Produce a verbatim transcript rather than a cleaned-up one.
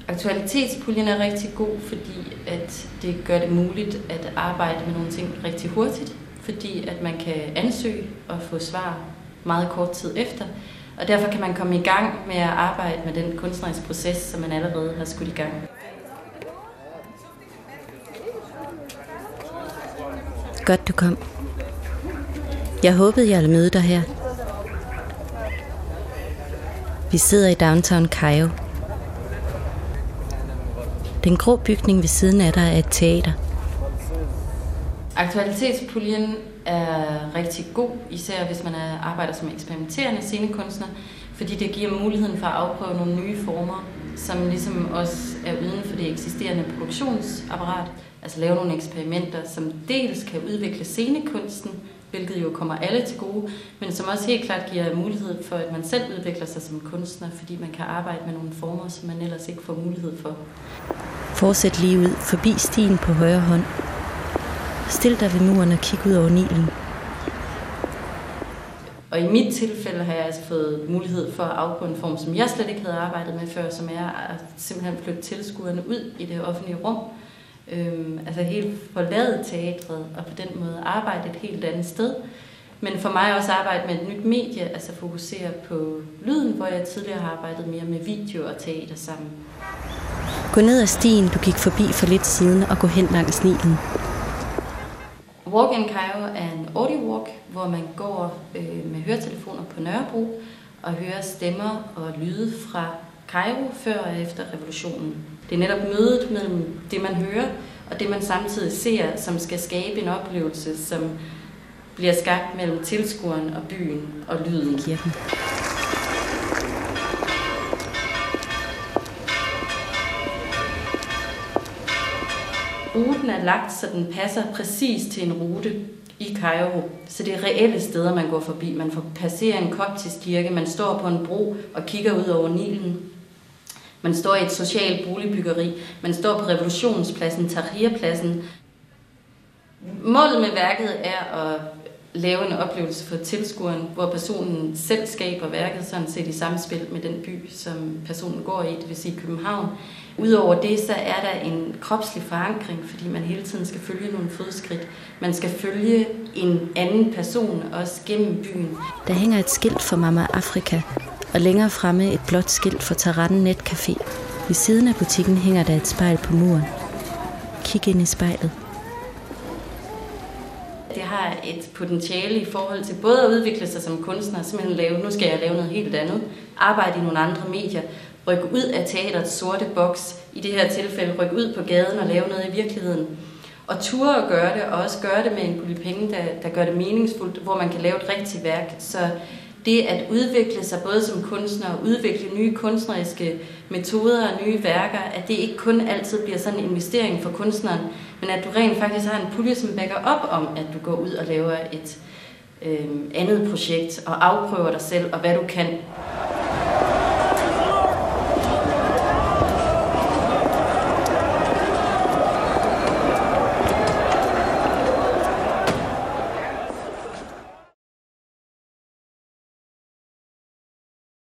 Aktualitetspuljen er rigtig god, fordi at det gør det muligt at arbejde med nogle ting rigtig hurtigt, fordi at man kan ansøge og få svar meget kort tid efter, og derfor kan man komme i gang med at arbejde med den kunstneriske proces, som man allerede har skudt i gang. Godt du kom. Jeg håbede, jeg ville møde dig her. Vi sidder i downtown Cairo. Den grå bygning ved siden af dig er et teater. Aktualitetspuljen er rigtig god, især hvis man arbejder som eksperimenterende scenekunstner, fordi det giver muligheden for at afprøve nogle nye former, som ligesom også er uden for det eksisterende produktionsapparat. Altså lave nogle eksperimenter, som dels kan udvikle scenekunsten, hvilket jo kommer alle til gode, men som også helt klart giver mulighed for, at man selv udvikler sig som kunstner, fordi man kan arbejde med nogle former, som man ellers ikke får mulighed for. Fortsæt lige ud forbi stien på højre hånd. Stil dig ved muren og kig ud over Nilen. Og i mit tilfælde har jeg altså fået mulighed for at afprøve en form, som jeg slet ikke havde arbejdet med før, som er at simpelthen flytte tilskuerne ud i det offentlige rum. Øhm, altså helt forlade teatret og på den måde arbejde et helt andet sted. Men for mig også arbejde med et nyt medie, altså fokusere på lyden, hvor jeg tidligere har arbejdet mere med video og teater sammen. Gå ned ad stien, du gik forbi for lidt siden, og gå hen langs Nilen. Walk in Cairo er en audio walk, hvor man går øh, med høretelefoner på Nørrebro og hører stemmer og lyde fra Cairo før og efter revolutionen. Det er netop mødet mellem det, man hører, og det, man samtidig ser, som skal skabe en oplevelse, som bliver skabt mellem tilskueren og byen og lyden. Kirken. Ruten er lagt, så den passer præcis til en rute i Cairo. Så det er reelle steder, man går forbi. Man får passere en koptisk kirke, man står på en bro og kigger ud over Nilen. Man står i et socialt boligbyggeri. Man står på revolutionspladsen, Tahrirpladsen. Målet med værket er at lave en oplevelse for tilskueren, hvor personen selv skaber værket sådan set i samspil med den by, som personen går i, det vil sige København. Udover det, så er der en kropslig forankring, fordi man hele tiden skal følge nogle fodskridt. Man skal følge en anden person, også gennem byen. Der hænger et skilt for Mama Afrika, og længere fremme et blåt skilt for Tarann Netcafé. Ved siden af butikken hænger der et spejl på muren. Kig ind i spejlet. Det har et potentiale i forhold til både at udvikle sig som kunstner, simpelthen lave, nu skal jeg lave noget helt andet, arbejde i nogle andre medier, rykke ud af teaterets sorte boks, i det her tilfælde rykke ud på gaden og lave noget i virkeligheden. Og ture at gøre det, og også gøre det med en pulje penge, der, der gør det meningsfuldt, hvor man kan lave et rigtigt værk. Så det at udvikle sig både som kunstner og udvikle nye kunstneriske metoder og nye værker, at det ikke kun altid bliver sådan en investering for kunstneren, men at du rent faktisk har en pulje, som backer op om, at du går ud og laver et øh, andet projekt og afprøver dig selv og hvad du kan.